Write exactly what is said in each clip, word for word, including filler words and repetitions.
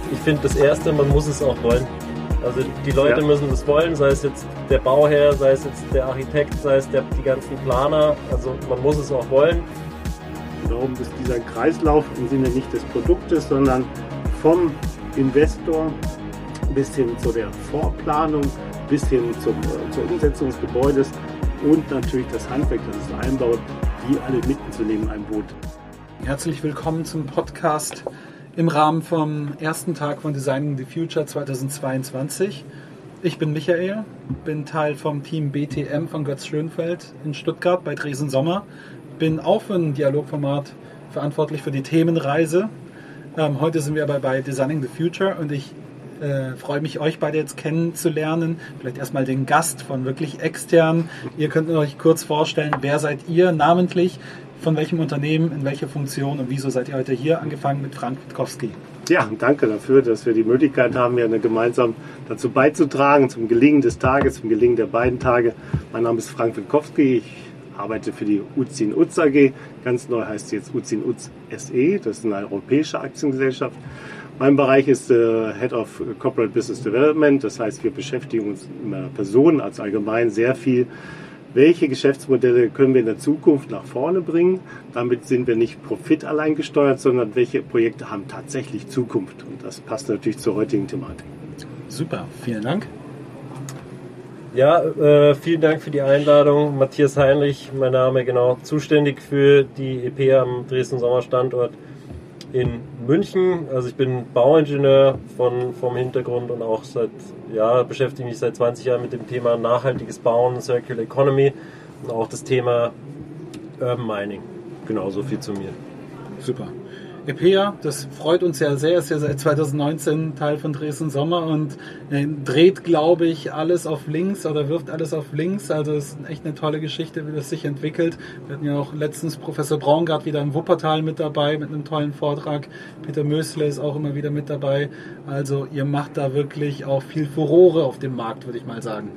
ich finde das Erste, man muss es auch wollen. Also die Leute ja. müssen das wollen, sei es jetzt der Bauherr, sei es jetzt der Architekt, sei es der, die ganzen Planer. Also man muss es auch wollen. Darum ist dieser Kreislauf im Sinne nicht des Produktes, sondern vom Investor bis hin zu der Vorplanung, bis hin zum, äh, zur Umsetzung des Gebäudes und natürlich das Handwerk, das es einbaut, die alle mitzunehmen in ein Boot. Herzlich willkommen zum Podcast im Rahmen vom ersten Tag von Designing the Future zweitausendzweiundzwanzig. Ich bin Michael, bin Teil vom Team B T M von Götz Schönfeld in Stuttgart bei Dresden Sommer. Bin auch für ein Dialogformat verantwortlich für die Themenreise. Ähm, heute sind wir aber bei Designing the Future und ich äh, freue mich, euch beide jetzt kennenzulernen. Vielleicht erstmal den Gast von wirklich extern. Ihr könnt euch kurz vorstellen, wer seid ihr namentlich? Von welchem Unternehmen, in welcher Funktion und wieso seid ihr heute hier, angefangen mit Frank Witkowski? Ja, danke dafür, dass wir die Möglichkeit haben, hier gemeinsam dazu beizutragen, zum Gelingen des Tages, zum Gelingen der beiden Tage. Mein Name ist Frank Witkowski, ich arbeite für die Utzin Utz A G, ganz neu heißt sie jetzt Utzin Utz S E, das ist eine europäische Aktiengesellschaft. Mein Bereich ist äh, Head of Corporate Business Development, das heißt, wir beschäftigen uns in der Person als allgemein sehr viel. Welche Geschäftsmodelle können wir in der Zukunft nach vorne bringen? Damit sind wir nicht Profit allein gesteuert, sondern welche Projekte haben tatsächlich Zukunft? Und das passt natürlich zur heutigen Thematik. Super, vielen Dank. Ja, äh, vielen Dank für die Einladung. Matthias Heinrich, mein Name, genau, zuständig für die E P am Dresden Sommer Standort in München. Also ich bin Bauingenieur von, vom Hintergrund und auch seit, ja, beschäftige mich seit zwanzig Jahren mit dem Thema nachhaltiges Bauen, Circular Economy und auch das Thema Urban Mining. Genau, so viel zu mir. Super. E P A, das freut uns ja sehr, ist ja seit zweitausendneunzehn Teil von Dresden Sommer und äh, dreht, glaube ich, alles auf links oder wirft alles auf links. Also es ist echt eine tolle Geschichte, wie das sich entwickelt. Wir hatten ja auch letztens Professor Braungart wieder im Wuppertal mit dabei mit einem tollen Vortrag. Peter Mösle ist auch immer wieder mit dabei. Also ihr macht da wirklich auch viel Furore auf dem Markt, würde ich mal sagen.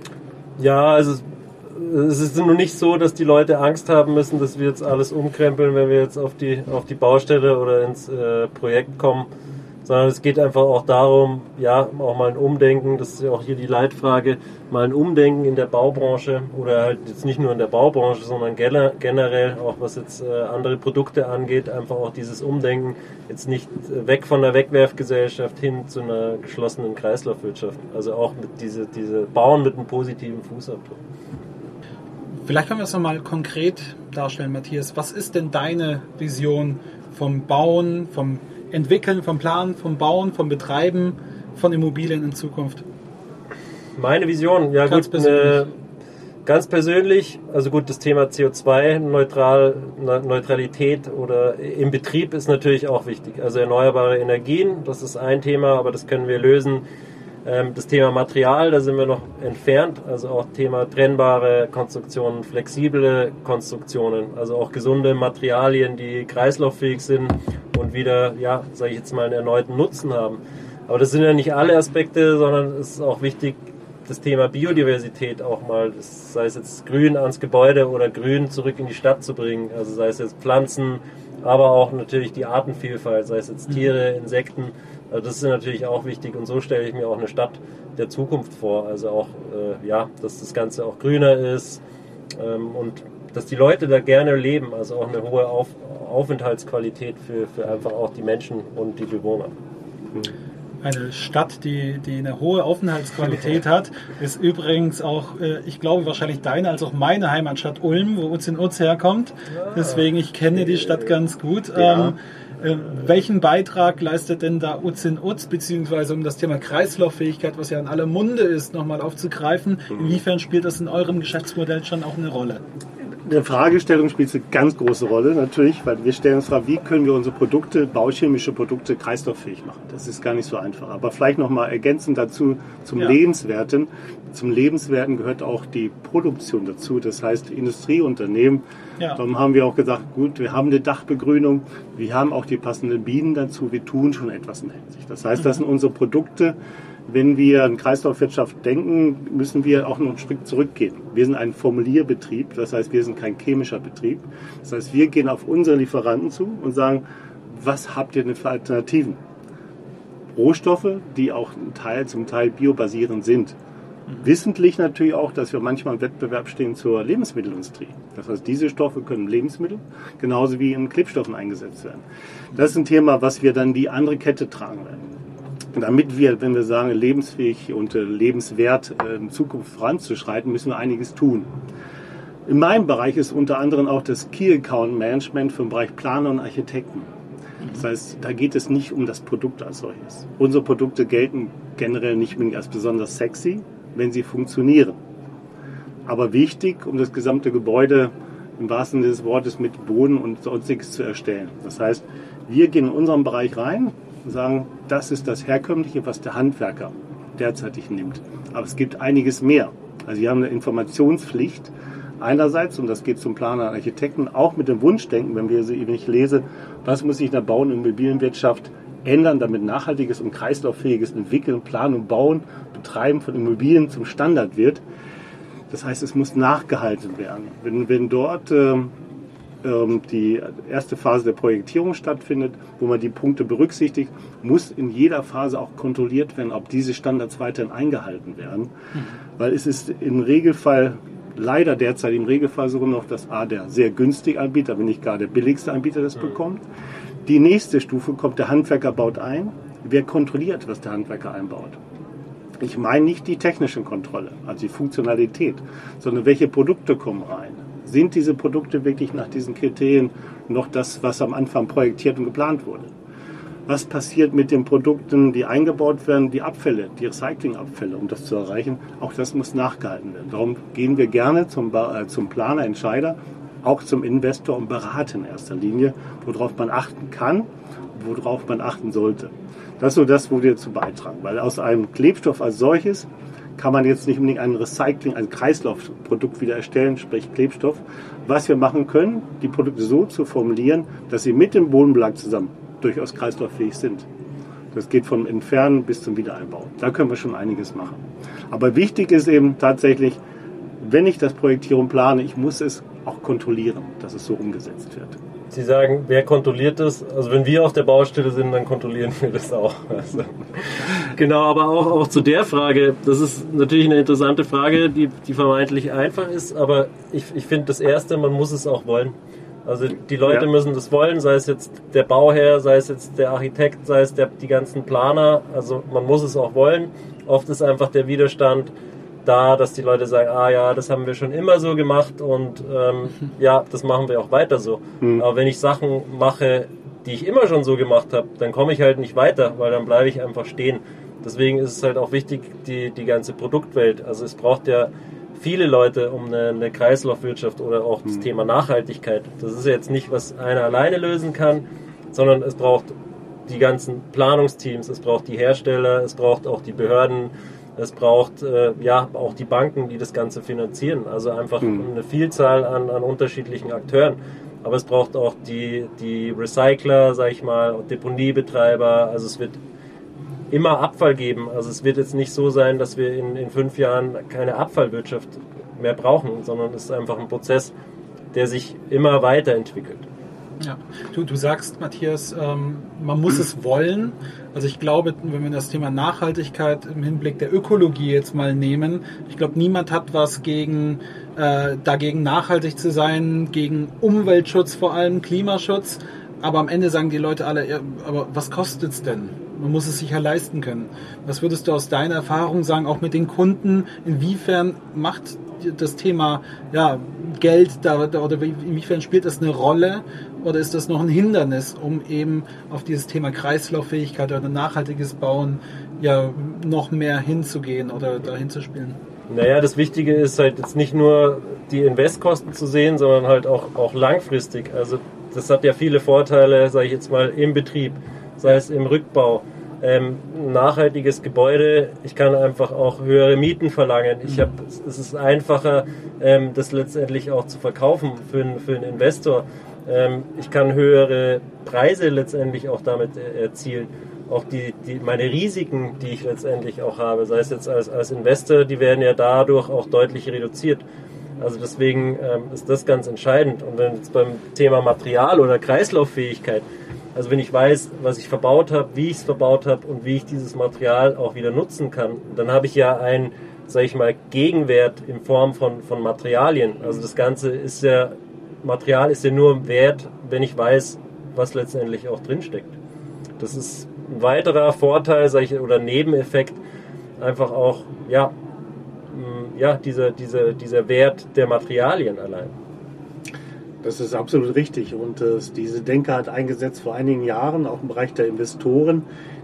Ja, also es ist nur nicht so, dass die Leute Angst haben müssen, dass wir jetzt alles umkrempeln, wenn wir jetzt auf die, auf die Baustelle oder ins äh, Projekt kommen, sondern es geht einfach auch darum, ja, auch mal ein Umdenken, das ist ja auch hier die Leitfrage, mal ein Umdenken in der Baubranche oder halt jetzt nicht nur in der Baubranche, sondern generell auch was jetzt äh, andere Produkte angeht, einfach auch dieses Umdenken, jetzt nicht weg von der Wegwerfgesellschaft hin zu einer geschlossenen Kreislaufwirtschaft, also auch mit diese, diese Bauen mit einem positiven Fußabdruck. Vielleicht können wir es nochmal konkret darstellen, Matthias. Was ist denn deine Vision vom Bauen, vom Entwickeln, vom Planen, vom Bauen, vom Betreiben von Immobilien in Zukunft? Meine Vision, ja ganz gut, persönlich. Äh, ganz persönlich, also gut, das Thema C O zwei Neutral, Neutralität oder im Betrieb ist natürlich auch wichtig. Also erneuerbare Energien, das ist ein Thema, aber das können wir lösen. Das Thema Material, da sind wir noch entfernt, also auch Thema trennbare Konstruktionen, flexible Konstruktionen, also auch gesunde Materialien, die kreislauffähig sind und wieder, ja, sage ich jetzt mal, einen erneuten Nutzen haben. Aber das sind ja nicht alle Aspekte, sondern es ist auch wichtig, das Thema Biodiversität auch mal, sei es jetzt Grün ans Gebäude oder Grün zurück in die Stadt zu bringen, also sei es jetzt Pflanzen, aber auch natürlich die Artenvielfalt, sei es jetzt Tiere, Insekten. Also das ist natürlich auch wichtig und so stelle ich mir auch eine Stadt der Zukunft vor. Also auch, äh, ja, dass das Ganze auch grüner ist ähm, und dass die Leute da gerne leben. Also auch eine hohe Auf- Aufenthaltsqualität für, für einfach auch die Menschen und die Bewohner. Eine Stadt, die, die eine hohe Aufenthaltsqualität hat, ist übrigens auch, äh, ich glaube, wahrscheinlich deine als auch meine Heimatstadt Ulm, wo Utzin Utz herkommt. Deswegen, ich kenne die Stadt ganz gut. Ja. Ähm, Äh, welchen Beitrag leistet denn da Utzin Utz, beziehungsweise um das Thema Kreislauffähigkeit, was ja in aller Munde ist, nochmal aufzugreifen? Inwiefern spielt das in eurem Geschäftsmodell schon auch eine Rolle? In der Fragestellung spielt es eine ganz große Rolle natürlich, weil wir stellen uns vor, wie können wir unsere Produkte, bauchemische Produkte, kreislauffähig machen. Das ist gar nicht so einfach. Aber vielleicht nochmal ergänzend dazu zum Ja. Lebenswerten. Zum Lebenswerten gehört auch die Produktion dazu. Das heißt, Industrieunternehmen, Ja. darum haben wir auch gesagt, gut, wir haben eine Dachbegrünung, wir haben auch die passenden Bienen dazu, wir tun schon etwas in der Hinsicht. Das heißt, das sind unsere Produkte. Wenn wir an Kreislaufwirtschaft denken, müssen wir auch noch einen Schritt zurückgehen. Wir sind ein Formulierbetrieb, das heißt, wir sind kein chemischer Betrieb. Das heißt, wir gehen auf unsere Lieferanten zu und sagen, was habt ihr denn für Alternativen? Rohstoffe, die auch ein Teil, zum Teil biobasierend sind. Wissentlich natürlich auch, dass wir manchmal im Wettbewerb stehen zur Lebensmittelindustrie. Das heißt, diese Stoffe können Lebensmittel genauso wie in Klebstoffen eingesetzt werden. Das ist ein Thema, was wir dann die andere Kette tragen werden. Damit wir, wenn wir sagen, lebensfähig und lebenswert in Zukunft voranzuschreiten, müssen wir einiges tun. In meinem Bereich ist unter anderem auch das Key Account Management für den Bereich Planer und Architekten. Das heißt, da geht es nicht um das Produkt als solches. Unsere Produkte gelten generell nicht als besonders sexy, wenn sie funktionieren. Aber wichtig, um das gesamte Gebäude im wahrsten Sinne des Wortes mit Boden und sonstiges zu erstellen. Das heißt, wir gehen in unseren Bereich rein und sagen, das ist das Herkömmliche, was der Handwerker derzeitig nimmt. Aber es gibt einiges mehr. Also wir haben eine Informationspflicht einerseits, und das geht zum Planer und Architekten, auch mit dem Wunschdenken, wenn wir sie nicht lesen, was muss sich in der Bau- und Immobilienwirtschaft ändern, damit nachhaltiges und kreislauffähiges Entwickeln, Planen und Bauen, Betreiben von Immobilien zum Standard wird. Das heißt, es muss nachgehalten werden. Wenn, wenn dort ähm, ähm, die erste Phase der Projektierung stattfindet, wo man die Punkte berücksichtigt, muss in jeder Phase auch kontrolliert werden, ob diese Standards weiterhin eingehalten werden. Mhm. Weil es ist im Regelfall, leider derzeit im Regelfall so noch, dass A, der sehr günstige Anbieter, wenn nicht gar der billigste Anbieter das mhm. bekommt. Die nächste Stufe kommt, der Handwerker baut ein. Wer kontrolliert, was der Handwerker einbaut? Ich meine nicht die technische Kontrolle, also die Funktionalität, sondern welche Produkte kommen rein. Sind diese Produkte wirklich nach diesen Kriterien noch das, was am Anfang projektiert und geplant wurde? Was passiert mit den Produkten, die eingebaut werden, die Abfälle, die Recyclingabfälle, um das zu erreichen? Auch das muss nachgehalten werden. Darum gehen wir gerne zum, äh, zum Planer, Entscheider, auch zum Investor und beraten in erster Linie, worauf man achten kann, worauf man achten sollte. Das ist so das, wo wir dazu beitragen. Weil aus einem Klebstoff als solches kann man jetzt nicht unbedingt ein Recycling, ein Kreislaufprodukt wieder erstellen, sprich Klebstoff. Was wir machen können, die Produkte so zu formulieren, dass sie mit dem Bodenbelag zusammen durchaus kreislauffähig sind. Das geht vom Entfernen bis zum Wiedereinbau. Da können wir schon einiges machen. Aber wichtig ist eben tatsächlich, wenn ich das projektiere und plane, ich muss es auch kontrollieren, dass es so umgesetzt wird. Sie sagen, wer kontrolliert das? Also wenn wir auf der Baustelle sind, dann kontrollieren wir das auch. Also, genau, aber auch, auch zu der Frage, das ist natürlich eine interessante Frage, die, die vermeintlich einfach ist, aber ich, ich finde das Erste, man muss es auch wollen. Also die Leute ja. müssen das wollen, sei es jetzt der Bauherr, sei es jetzt der Architekt, sei es der, die ganzen Planer, also man muss es auch wollen. Oft ist einfach der Widerstand da, dass die Leute sagen, ah ja, das haben wir schon immer so gemacht und ähm, ja, das machen wir auch weiter so. Mhm. Aber wenn ich Sachen mache, die ich immer schon so gemacht habe, dann komme ich halt nicht weiter, weil dann bleibe ich einfach stehen. Deswegen ist es halt auch wichtig, die, die ganze Produktwelt. Also es braucht ja viele Leute um eine, eine Kreislaufwirtschaft oder auch das mhm. Thema Nachhaltigkeit. Das ist jetzt nicht, was einer alleine lösen kann, sondern es braucht die ganzen Planungsteams, es braucht die Hersteller, es braucht auch die Behörden, es braucht äh, ja auch die Banken, die das Ganze finanzieren. Also einfach mhm. eine Vielzahl an, an unterschiedlichen Akteuren. Aber es braucht auch die, die Recycler, sag ich mal, Deponiebetreiber. Also es wird immer Abfall geben. Also es wird jetzt nicht so sein, dass wir in, in fünf Jahren keine Abfallwirtschaft mehr brauchen, sondern es ist einfach ein Prozess, der sich immer weiterentwickelt. Ja, du, du sagst, Matthias, ähm, man muss es wollen. Also ich glaube, wenn wir das Thema Nachhaltigkeit im Hinblick der Ökologie jetzt mal nehmen, ich glaube, niemand hat was gegen äh, dagegen nachhaltig zu sein, gegen Umweltschutz vor allem, Klimaschutz. Aber am Ende sagen die Leute alle, ja, aber was kostet es denn? Man muss es sich ja leisten können. Was würdest du aus deiner Erfahrung sagen, auch mit den Kunden? Inwiefern macht das Thema ja, Geld da, da oder inwiefern spielt das eine Rolle oder ist das noch ein Hindernis, um eben auf dieses Thema Kreislauffähigkeit oder nachhaltiges Bauen ja noch mehr hinzugehen oder dahin zu spielen? Naja, das Wichtige ist halt jetzt nicht nur die Investkosten zu sehen, sondern halt auch, auch langfristig. Also das hat ja viele Vorteile, sage ich jetzt mal, im Betrieb, sei es im Rückbau. Ähm, ein nachhaltiges Gebäude, ich kann einfach auch höhere Mieten verlangen. Ich hab, es ist einfacher, ähm, das letztendlich auch zu verkaufen für, für einen Investor. Ähm, ich kann höhere Preise letztendlich auch damit erzielen. Auch die, die, meine Risiken, die ich letztendlich auch habe, sei es jetzt als, als Investor, die werden ja dadurch auch deutlich reduziert. Also deswegen ähm, ist das ganz entscheidend. Und wenn jetzt beim Thema Material oder Kreislauffähigkeit, Also wenn ich weiß, was ich verbaut habe, wie ich es verbaut habe und wie ich dieses Material auch wieder nutzen kann, dann habe ich ja einen, sage ich mal, Gegenwert in Form von, von Materialien. Also das Ganze ist ja, Material ist ja nur wert, wenn ich weiß, was letztendlich auch drinsteckt. Das ist ein weiterer Vorteil, sag ich, oder Nebeneffekt, einfach auch, ja, mh, ja dieser, dieser, dieser Wert der Materialien allein. Das ist absolut richtig und äh, diese Denke hat eingesetzt vor einigen Jahren, auch im Bereich der Investoren,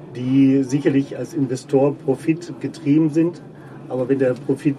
die sicherlich als Investor Profit getrieben sind, aber wenn der Profit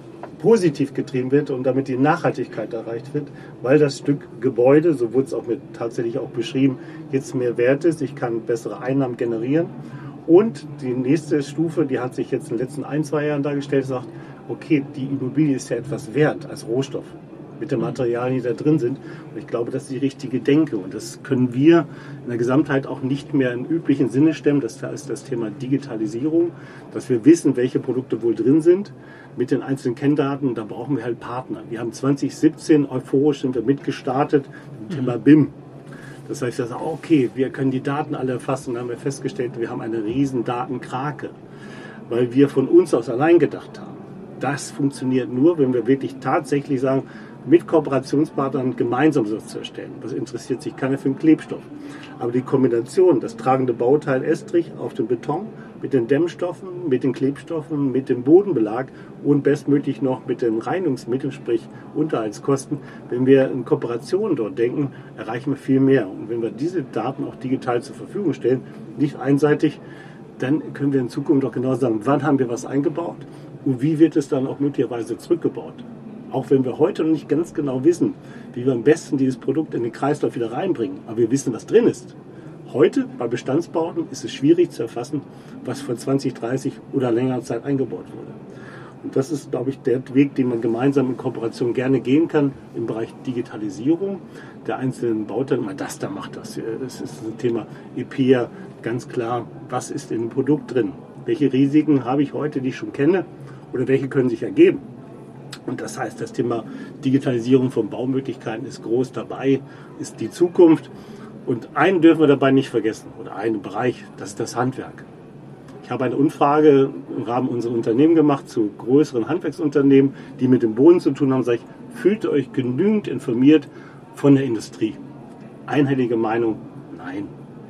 positiv getrieben wird und damit die Nachhaltigkeit erreicht wird, weil das Stück Gebäude, so wurde es auch mit, tatsächlich auch beschrieben, jetzt mehr wert ist, ich kann bessere Einnahmen generieren. Und die nächste Stufe, die hat sich jetzt in den letzten ein, zwei Jahren dargestellt, sagt, okay, die Immobilie ist ja etwas wert als Rohstoff mit den Materialien, die da drin sind. Und ich glaube, das ist die richtige Denke. Und das können wir in der Gesamtheit auch nicht mehr im üblichen Sinne stemmen. Das ist das Thema Digitalisierung, dass wir wissen, welche Produkte wohl drin sind mit den einzelnen Kenndaten. Da brauchen wir halt Partner. Wir haben zwanzig siebzehn euphorisch sind wir mitgestartet im Thema B I M. Das heißt, ich sage, okay, wir können die Daten alle erfassen. Und dann haben wir festgestellt, wir haben eine riesen Datenkrake, weil wir von uns aus allein gedacht haben. Das funktioniert nur, wenn wir wirklich tatsächlich sagen, mit Kooperationspartnern gemeinsam sowas zu erstellen. Das interessiert sich keiner für den Klebstoff. Aber die Kombination, das tragende Bauteil Estrich auf dem Beton, mit den Dämmstoffen, mit den Klebstoffen, mit dem Bodenbelag und bestmöglich noch mit den Reinigungsmitteln, sprich Unterhaltskosten. Wenn wir in Kooperation dort denken, erreichen wir viel mehr. Und wenn wir diese Daten auch digital zur Verfügung stellen, nicht einseitig, dann können wir in Zukunft auch genau sagen, wann haben wir was eingebaut und wie wird es dann auch möglicherweise zurückgebaut. Auch wenn wir heute noch nicht ganz genau wissen, wie wir am besten dieses Produkt in den Kreislauf wieder reinbringen, aber wir wissen, was drin ist. Heute bei Bestandsbauten ist es schwierig zu erfassen, was vor zwanzig, dreißig oder längerer Zeit eingebaut wurde. Und das ist, glaube ich, der Weg, den man gemeinsam in Kooperation gerne gehen kann im Bereich Digitalisierung der einzelnen Bauteile. Mal das da macht das. Das ist ein Thema E P I A, ganz klar, was ist in dem Produkt drin? Welche Risiken habe ich heute, die ich schon kenne oder welche können sich ergeben? Und das heißt, das Thema Digitalisierung von Baumöglichkeiten ist groß dabei, ist die Zukunft. Und einen dürfen wir dabei nicht vergessen, oder einen Bereich, das ist das Handwerk. Ich habe eine Umfrage im Rahmen unserer Unternehmen gemacht zu größeren Handwerksunternehmen, die mit dem Boden zu tun haben. Sage ich, fühlt ihr euch genügend informiert von der Industrie? Einhellige Meinung, nein.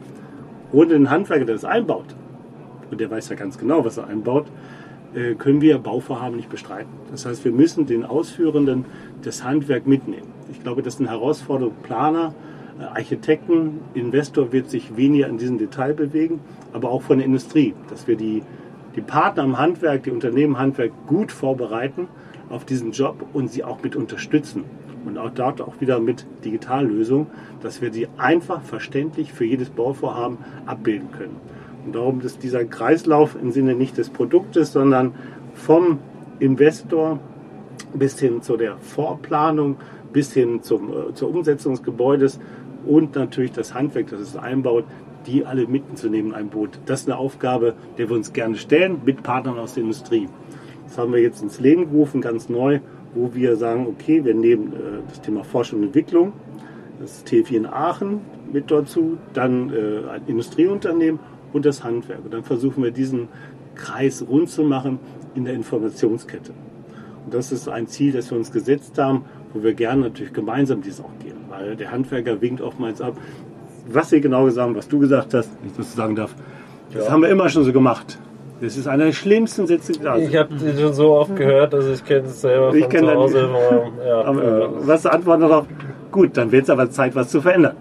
Ohne den Handwerker, der das einbaut, und der weiß ja ganz genau, was er einbaut, können wir Bauvorhaben nicht bestreiten. Das heißt, wir müssen den Ausführenden das Handwerk mitnehmen. Ich glaube, das ist eine Herausforderung. Planer, Architekten, Investor wird sich weniger in diesem Detail bewegen, aber auch von der Industrie, dass wir die, die Partner im Handwerk, die Unternehmen im Handwerk gut vorbereiten auf diesen Job und sie auch mit unterstützen. Und auch dort auch wieder mit Digitallösungen, dass wir sie einfach verständlich für jedes Bauvorhaben abbilden können. Und darum ist dieser Kreislauf im Sinne nicht des Produktes, sondern vom Investor bis hin zu der Vorplanung, bis hin zum, äh, zur Umsetzung des Gebäudes und natürlich das Handwerk, das es einbaut, die alle mitzunehmen in ein Boot. Das ist eine Aufgabe, der wir uns gerne stellen, mit Partnern aus der Industrie. Das haben wir jetzt ins Leben gerufen, ganz neu, wo wir sagen, okay, wir nehmen äh, das Thema Forschung und Entwicklung, das T F I in Aachen mit dazu, dann äh, ein Industrieunternehmen und das Handwerk. Und dann versuchen wir diesen Kreis rund zu machen in der Informationskette. Und das ist ein Ziel, das wir uns gesetzt haben, wo wir gerne natürlich gemeinsam dies auch gehen. Weil der Handwerker winkt oftmals ab. Was Sie genau gesagt haben, was du gesagt hast, wenn ich das sagen darf, das ja. haben wir immer schon so gemacht. Das ist einer der schlimmsten Sätze. Also, ich habe die schon so oft gehört, also ich kenne es selber ich von zu Hause. Nur, ja, aber, ja. Was antworten darauf? Gut, dann wird es aber Zeit, was zu verändern.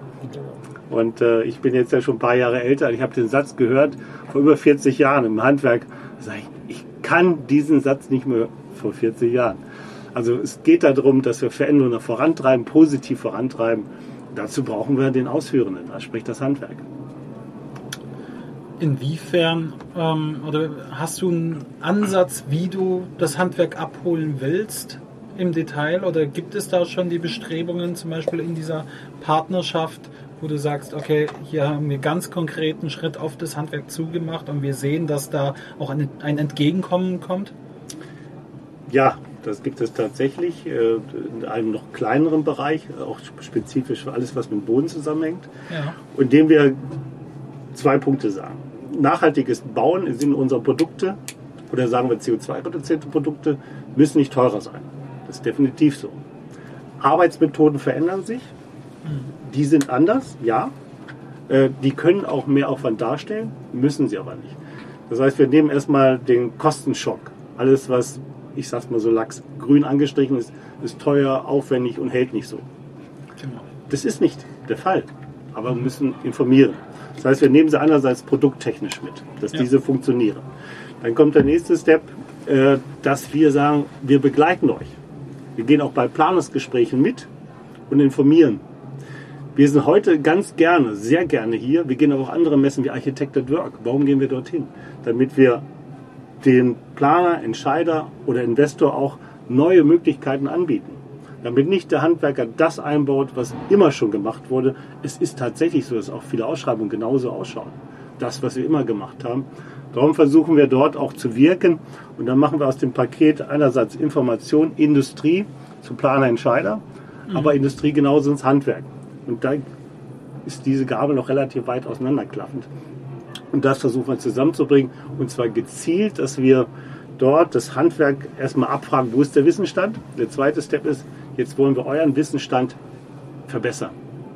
Und äh, ich bin jetzt ja schon ein paar Jahre älter. Ich habe den Satz gehört vor über vierzig Jahren im Handwerk. Da sage ich, ich kann diesen Satz nicht mehr vor vierzig Jahren. Also es geht darum, dass wir Veränderungen vorantreiben, positiv vorantreiben. Dazu brauchen wir den Ausführenden, da spricht das Handwerk. Inwiefern, ähm, oder hast du einen Ansatz, wie du das Handwerk abholen willst im Detail? Oder gibt es da schon die Bestrebungen, zum Beispiel in dieser Partnerschaft, wo du sagst, okay, hier haben wir ganz konkreten Schritt auf das Handwerk zugemacht und wir sehen, dass da auch ein, ein Entgegenkommen kommt? Ja, Das gibt es tatsächlich äh, in einem noch kleineren Bereich, auch spezifisch für alles, was mit dem Boden zusammenhängt. Ja. Und dem wir zwei Punkte sagen. Nachhaltiges Bauen sind unsere Produkte, oder sagen wir C O zwei reduzierte Produkte, müssen nicht teurer sein. Das ist definitiv so. Arbeitsmethoden verändern sich. Die sind anders, ja. Äh, die können auch mehr Aufwand darstellen, müssen sie aber nicht. Das heißt, wir nehmen erstmal den Kostenschock. Alles, was, ich sag's mal so lax, grün angestrichen ist, ist teuer, aufwendig und hält nicht so. Genau. Das ist nicht der Fall, aber wir müssen informieren. Das heißt, wir nehmen sie einerseits produkttechnisch mit, dass Ja. diese funktionieren. Dann kommt der nächste Step, äh, dass wir sagen, wir begleiten euch. Wir gehen auch bei Planungsgesprächen mit und informieren. Wir sind heute ganz gerne, sehr gerne hier. Wir gehen aber auch andere Messen wie Architect at Work. Warum gehen wir dorthin? Damit wir den Planer, Entscheider oder Investor auch neue Möglichkeiten anbieten. Damit nicht der Handwerker das einbaut, was immer schon gemacht wurde. Es ist tatsächlich so, dass auch viele Ausschreibungen genauso ausschauen. Das, was wir immer gemacht haben. Darum versuchen wir dort auch zu wirken. Und dann machen wir aus dem Paket einerseits Information, Industrie zu Planer, Entscheider, mhm. aber Industrie genauso ins Handwerk. Und da ist diese Gabel noch relativ weit auseinanderklaffend. Und das versuchen wir zusammenzubringen. Und zwar gezielt, dass wir dort das Handwerk erstmal abfragen, wo ist der Wissensstand. Der zweite Step ist, jetzt wollen wir euren Wissensstand verbessern.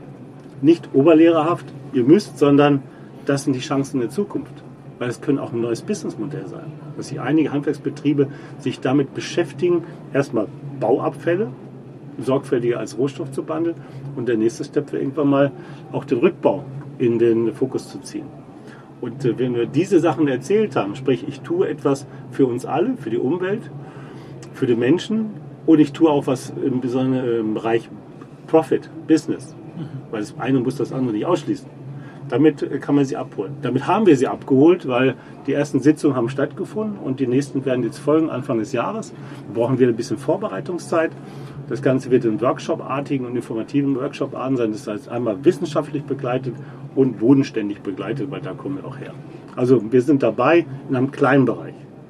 Nicht oberlehrerhaft, ihr müsst, sondern das sind die Chancen der Zukunft. Weil es können auch ein neues Businessmodell sein. Dass sich einige Handwerksbetriebe sich damit beschäftigen, erstmal Bauabfälle sorgfältiger als Rohstoff zu behandeln und der nächste Step wäre irgendwann mal auch den Rückbau in den Fokus zu ziehen. Und äh, wenn wir diese Sachen erzählt haben, sprich ich tue etwas für uns alle, für die Umwelt, für die Menschen und ich tue auch was im besonderen Bereich Profit, Business, mhm. weil das eine muss das andere nicht ausschließen. Damit kann man sie abholen. Damit haben wir sie abgeholt, weil die ersten Sitzungen haben stattgefunden und die nächsten werden jetzt folgen Anfang des Jahres. Wir brauchen wieder ein bisschen Vorbereitungszeit. Das Ganze wird in Workshop-artigen und informativen Workshop-Arten sein. Das heißt einmal wissenschaftlich begleitet und bodenständig begleitet, weil da kommen wir auch her. Also wir sind dabei in einem kleinen Bereich.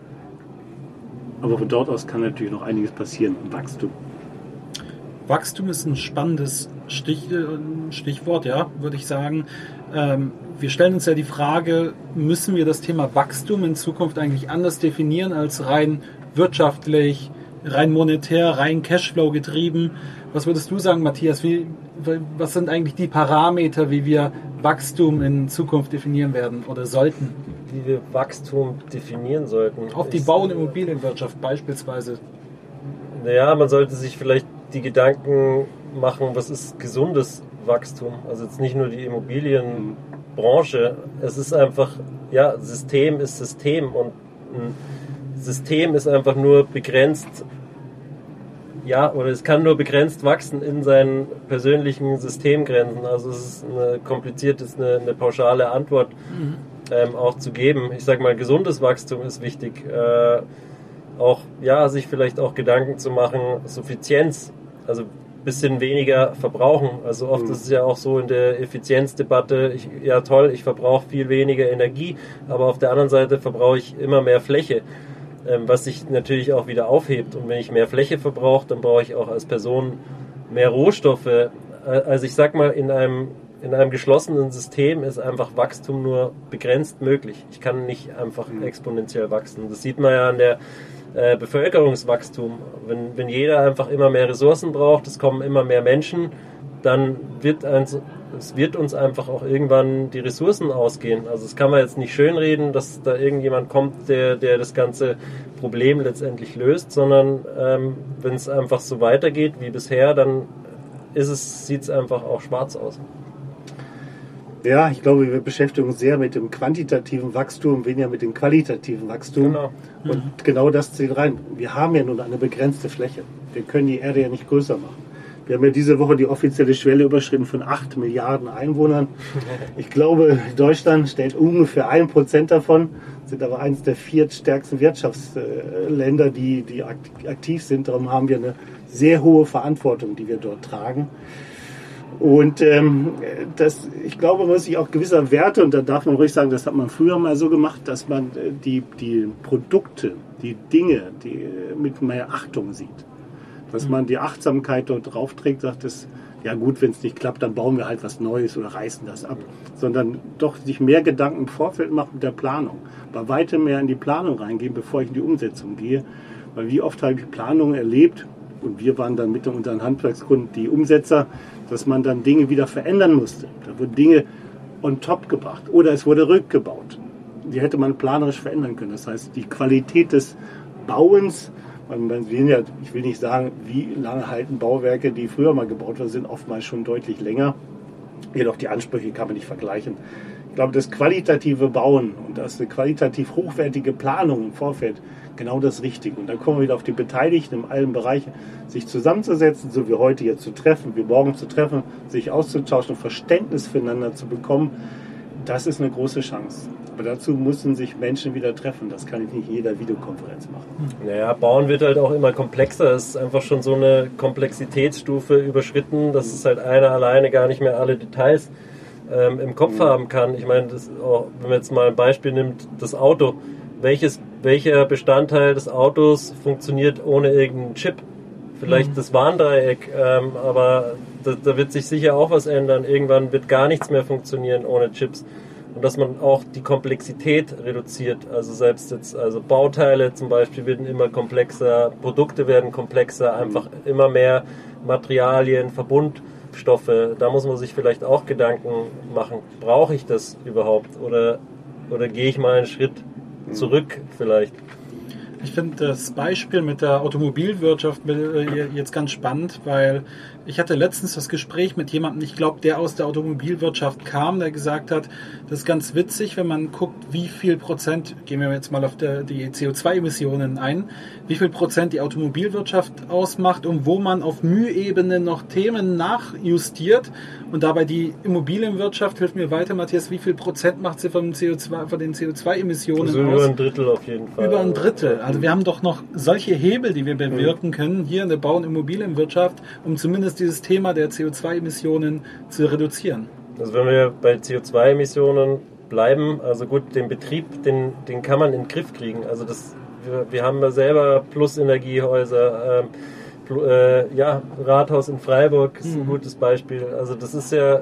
Aber von dort aus kann natürlich noch einiges passieren im Wachstum. Wachstum ist ein spannendes Stich, Stichwort, ja, würde ich sagen. Ähm, wir stellen uns ja die Frage, müssen wir das Thema Wachstum in Zukunft eigentlich anders definieren als rein wirtschaftlich, rein monetär, rein Cashflow getrieben? Was würdest du sagen, Matthias? Wie, was sind eigentlich die Parameter, wie wir Wachstum in Zukunft definieren werden oder sollten? Wie wir Wachstum definieren sollten. Auch die Bau- und Immobilienwirtschaft beispielsweise. Naja, man sollte sich vielleicht die Gedanken machen, was ist gesundes Wachstum? Also jetzt nicht nur die Immobilienbranche. Es ist einfach, ja, System ist System und ein System ist einfach nur begrenzt, ja, oder es kann nur begrenzt wachsen in seinen persönlichen Systemgrenzen. Also es ist eine kompliziert, ist eine, eine pauschale Antwort mhm. ähm, auch zu geben. Ich sage mal, gesundes Wachstum ist wichtig. Äh, auch, ja, sich vielleicht auch Gedanken zu machen, Suffizienz, also ein bisschen weniger verbrauchen. Also oft mhm. ist es ja auch so in der Effizienzdebatte, ich, ja toll, ich verbrauche viel weniger Energie, aber auf der anderen Seite verbrauche ich immer mehr Fläche, ähm, was sich natürlich auch wieder aufhebt. Und wenn ich mehr Fläche verbrauche, dann brauche ich auch als Person mehr Rohstoffe. Also ich sag mal, in einem, in einem geschlossenen System ist einfach Wachstum nur begrenzt möglich. Ich kann nicht einfach mhm. exponentiell wachsen. Das sieht man ja an der Äh, Bevölkerungswachstum. Wenn, wenn jeder einfach immer mehr Ressourcen braucht, es kommen immer mehr Menschen, dann wird ein, es wird uns einfach auch irgendwann die Ressourcen ausgehen. Also das kann man jetzt nicht schönreden, dass da irgendjemand kommt, der, der das ganze Problem letztendlich löst, sondern ähm, wenn es einfach so weitergeht wie bisher, dann ist es, sieht es einfach auch schwarz aus. Ja, ich glaube, wir beschäftigen uns sehr mit dem quantitativen Wachstum, weniger mit dem qualitativen Wachstum. Genau. Und mhm. genau das zählt rein. Wir haben ja nun eine begrenzte Fläche. Wir können die Erde ja nicht größer machen. Wir haben ja diese Woche die offizielle Schwelle überschritten von acht Milliarden Einwohnern. Ich glaube, Deutschland stellt ungefähr ein Prozent davon, sind aber eines der viertstärksten Wirtschaftsländer, die, die aktiv sind. Darum haben wir eine sehr hohe Verantwortung, die wir dort tragen. Und ähm, das, ich glaube, man muss sich auch gewisser Werte, und da darf man ruhig sagen, das hat man früher mal so gemacht, dass man äh, die, die Produkte, die Dinge, die äh, mit mehr Achtung sieht. Dass man die Achtsamkeit dort drauf trägt, sagt, das, ja gut, wenn es nicht klappt, dann bauen wir halt was Neues oder reißen das ab. Sondern doch sich mehr Gedanken im Vorfeld machen mit der Planung. Bei weitem mehr in die Planung reingehen, bevor ich in die Umsetzung gehe. Weil wie oft habe ich Planungen erlebt, und wir waren dann mit unseren Handwerkskunden die Umsetzer, dass man dann Dinge wieder verändern musste. Da wurden Dinge on top gebracht oder es wurde rückgebaut. Die hätte man planerisch verändern können. Das heißt, die Qualität des Bauens, man will ja, ich will nicht sagen, wie lange halten Bauwerke, die früher mal gebaut worden sind, oftmals schon deutlich länger. Jedoch die Ansprüche kann man nicht vergleichen. Ich glaube, das qualitative Bauen und das eine qualitativ hochwertige Planung im Vorfeld genau das Richtige. Und dann kommen wir wieder auf die Beteiligten in allen Bereichen, sich zusammenzusetzen, so wie heute hier zu treffen, wie morgen zu treffen, sich auszutauschen, Verständnis füreinander zu bekommen. Das ist eine große Chance. Aber dazu müssen sich Menschen wieder treffen. Das kann ich nicht in jeder Videokonferenz machen. Naja, Bauen wird halt auch immer komplexer. Es ist einfach schon so eine Komplexitätsstufe überschritten, dass es halt einer alleine gar nicht mehr alle Details ähm, im Kopf mhm. haben kann. Ich meine, das auch, wenn man jetzt mal ein Beispiel nimmt, das Auto. Welches, welcher Bestandteil des Autos funktioniert ohne irgendeinen Chip? Vielleicht mhm. das Warndreieck, ähm, aber da, da wird sich sicher auch was ändern. Irgendwann wird gar nichts mehr funktionieren ohne Chips. Und dass man auch die Komplexität reduziert. Also selbst jetzt, also Bauteile zum Beispiel werden immer komplexer, Produkte werden komplexer, einfach immer mehr Materialien, Verbundstoffe. Da muss man sich vielleicht auch Gedanken machen, brauche ich das überhaupt? Oder, oder gehe ich mal einen Schritt zurück vielleicht? Ich finde das Beispiel mit der Automobilwirtschaft jetzt ganz spannend, weil ich hatte letztens das Gespräch mit jemandem, ich glaube, der aus der Automobilwirtschaft kam, der gesagt hat, das ist ganz witzig, wenn man guckt, wie viel Prozent, gehen wir jetzt mal auf der, die C O zwei Emissionen ein, wie viel Prozent die Automobilwirtschaft ausmacht und wo man auf Mühebene noch Themen nachjustiert und dabei die Immobilienwirtschaft, hilft mir weiter, Matthias, wie viel Prozent macht sie von, C O zwei, von den C O zwei Emissionen also aus? Über ein Drittel auf jeden Fall. Über ein Drittel. Also wir haben doch noch solche Hebel, die wir bewirken können, hier in der Bau- und Immobilienwirtschaft, um zumindest dieses Thema der C O zwei Emissionen zu reduzieren. Also wenn wir bei C O zwei Emissionen bleiben, also gut, den Betrieb, den, den kann man in den Griff kriegen. Also das, wir, wir haben ja selber Plus-Energiehäuser, ähm, pl- äh, ja, Rathaus in Freiburg ist ein mhm. gutes Beispiel. Also das ist ja,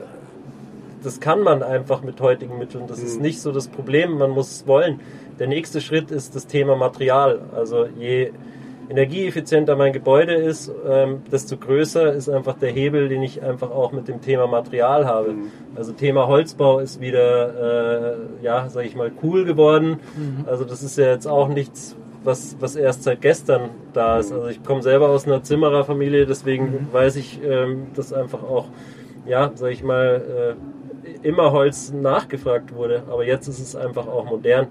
das kann man einfach mit heutigen Mitteln. Das mhm. ist nicht so das Problem, man muss es wollen. Der nächste Schritt ist das Thema Material. Also je energieeffizienter mein Gebäude ist, ähm, desto größer ist einfach der Hebel, den ich einfach auch mit dem Thema Material habe. Mhm. Also Thema Holzbau ist wieder, äh, ja, sag ich mal, cool geworden. Mhm. Also das ist ja jetzt auch nichts, was, was erst seit gestern da ist. Also ich komme selber aus einer Zimmererfamilie, deswegen mhm. weiß ich, ähm, dass einfach auch, ja, sag ich mal, äh, immer Holz nachgefragt wurde. Aber jetzt ist es einfach auch modern.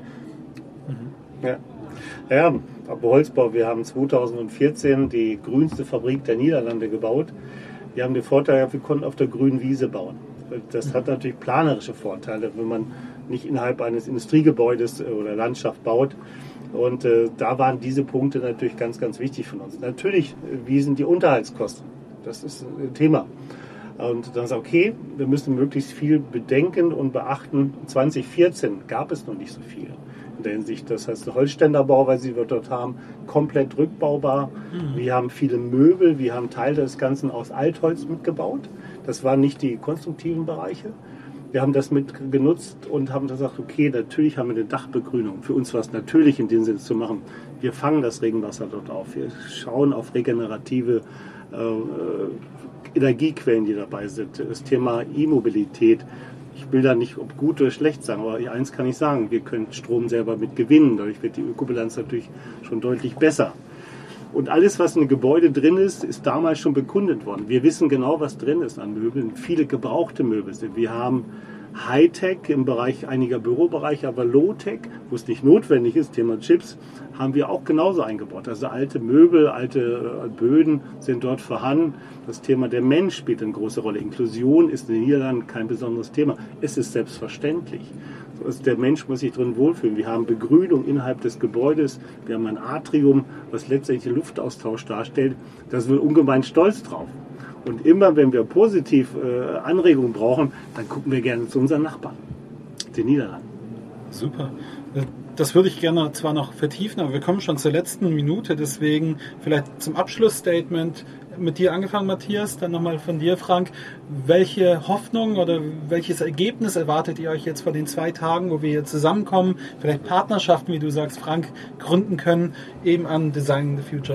Mhm. Ja. Ja, aber Holzbau, wir haben zweitausendvierzehn die grünste Fabrik der Niederlande gebaut. Wir haben den Vorteil, wir konnten auf der grünen Wiese bauen. Das hat natürlich planerische Vorteile, wenn man nicht innerhalb eines Industriegebäudes oder Landschaft baut. Und äh, da waren diese Punkte natürlich ganz, ganz wichtig von uns. Natürlich, wie sind die Unterhaltskosten? Das ist ein Thema. Und dann ist okay, wir müssen möglichst viel bedenken und beachten. zwanzig vierzehn gab es noch nicht so viel in der Hinsicht. Das heißt, der Holzständerbau, weil sie wir dort haben, komplett rückbaubar. Mhm. Wir haben viele Möbel, wir haben Teile des Ganzen aus Altholz mitgebaut. Das waren nicht die konstruktiven Bereiche. Wir haben das mit genutzt und haben gesagt, okay, natürlich haben wir eine Dachbegrünung. Für uns war es natürlich in dem Sinne zu machen. Wir fangen das Regenwasser dort auf. Wir schauen auf regenerative äh, Energiequellen, die dabei sind. Das Thema E-Mobilität. Ich will da nicht ob gut oder schlecht sagen, aber eins kann ich sagen, wir können Strom selber mit gewinnen. Dadurch wird die Ökobilanz natürlich schon deutlich besser. Und alles, was in einem Gebäude drin ist, ist damals schon bekundet worden. Wir wissen genau, was drin ist an Möbeln. Viele gebrauchte Möbel sind. Wir haben Hightech im Bereich einiger Bürobereiche, aber Low-Tech, wo es nicht notwendig ist, Thema Chips, haben wir auch genauso eingebaut. Also alte Möbel, alte Böden sind dort vorhanden. Das Thema der Mensch spielt eine große Rolle. Inklusion ist in den Niederlanden kein besonderes Thema. Es ist selbstverständlich. Also der Mensch muss sich drin wohlfühlen. Wir haben Begrünung innerhalb des Gebäudes. Wir haben ein Atrium, was letztendlich den Luftaustausch darstellt. Da sind wir ungemein stolz drauf. Und immer, wenn wir positiv äh, Anregungen brauchen, dann gucken wir gerne zu unseren Nachbarn, den Niederlanden. Super. Das würde ich gerne zwar noch vertiefen, aber wir kommen schon zur letzten Minute, deswegen vielleicht zum Abschlussstatement mit dir angefangen, Matthias, dann nochmal von dir, Frank. Welche Hoffnung oder welches Ergebnis erwartet ihr euch jetzt vor den zwei Tagen, wo wir hier zusammenkommen, vielleicht Partnerschaften, wie du sagst, Frank, gründen können, eben an Designing the Future?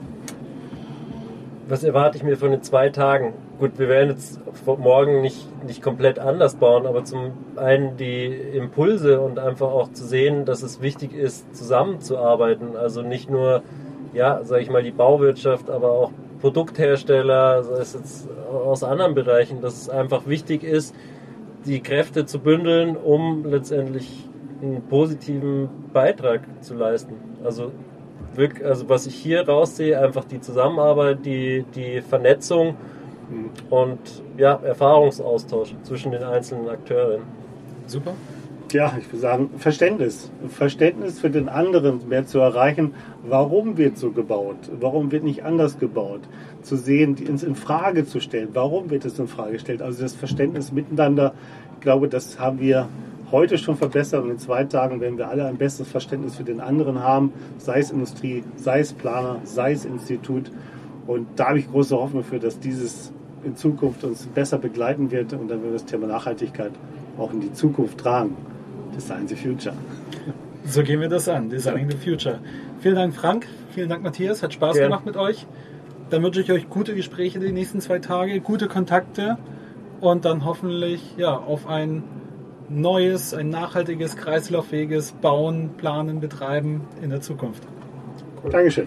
Was erwarte ich mir von den zwei Tagen? Gut, wir werden jetzt morgen nicht, nicht komplett anders bauen, aber zum einen die Impulse und einfach auch zu sehen, dass es wichtig ist, zusammenzuarbeiten. Also nicht nur, ja, sage ich mal, die Bauwirtschaft, aber auch Produkthersteller, sei es jetzt aus anderen Bereichen, dass es einfach wichtig ist, die Kräfte zu bündeln, um letztendlich einen positiven Beitrag zu leisten. Also wirklich, also was ich hier raussehe, einfach die Zusammenarbeit, die, die Vernetzung und ja, Erfahrungsaustausch zwischen den einzelnen Akteuren. Super. Ja, ich würde sagen, Verständnis. Verständnis für den anderen mehr zu erreichen. Warum wird so gebaut? Warum wird nicht anders gebaut? Zu sehen, es in Frage zu stellen. Warum wird es in Frage gestellt? Also das Verständnis miteinander, ich glaube, das haben wir heute schon verbessert. Und in zwei Tagen werden wir alle ein besseres Verständnis für den anderen haben. Sei es Industrie, sei es Planer, sei es Institut. Und da habe ich große Hoffnung für, dass dieses in Zukunft uns besser begleiten wird. Und dann werden wir das Thema Nachhaltigkeit auch in die Zukunft tragen. Design the Future. So gehen wir das an, Designing the Future. Vielen Dank, Frank. Vielen Dank, Matthias. Hat Spaß gemacht mit euch. Dann wünsche ich euch gute Gespräche die nächsten zwei Tage, gute Kontakte und dann hoffentlich ja, auf ein neues, ein nachhaltiges, kreislauffähiges Bauen, Planen, Betreiben in der Zukunft. Cool. Dankeschön.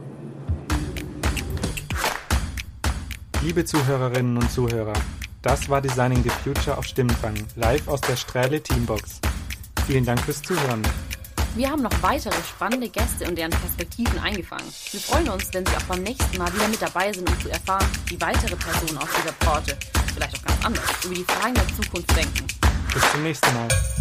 Liebe Zuhörerinnen und Zuhörer, das war Designing the Future auf Stimmenfang, live aus der Strähle Teambox. Vielen Dank fürs Zuhören. Wir haben noch weitere spannende Gäste und deren Perspektiven eingefangen. Wir freuen uns, wenn Sie auch beim nächsten Mal wieder mit dabei sind, um zu erfahren, wie weitere Personen aus dieser Branche, vielleicht auch ganz anders, über die Fragen der Zukunft denken. Bis zum nächsten Mal.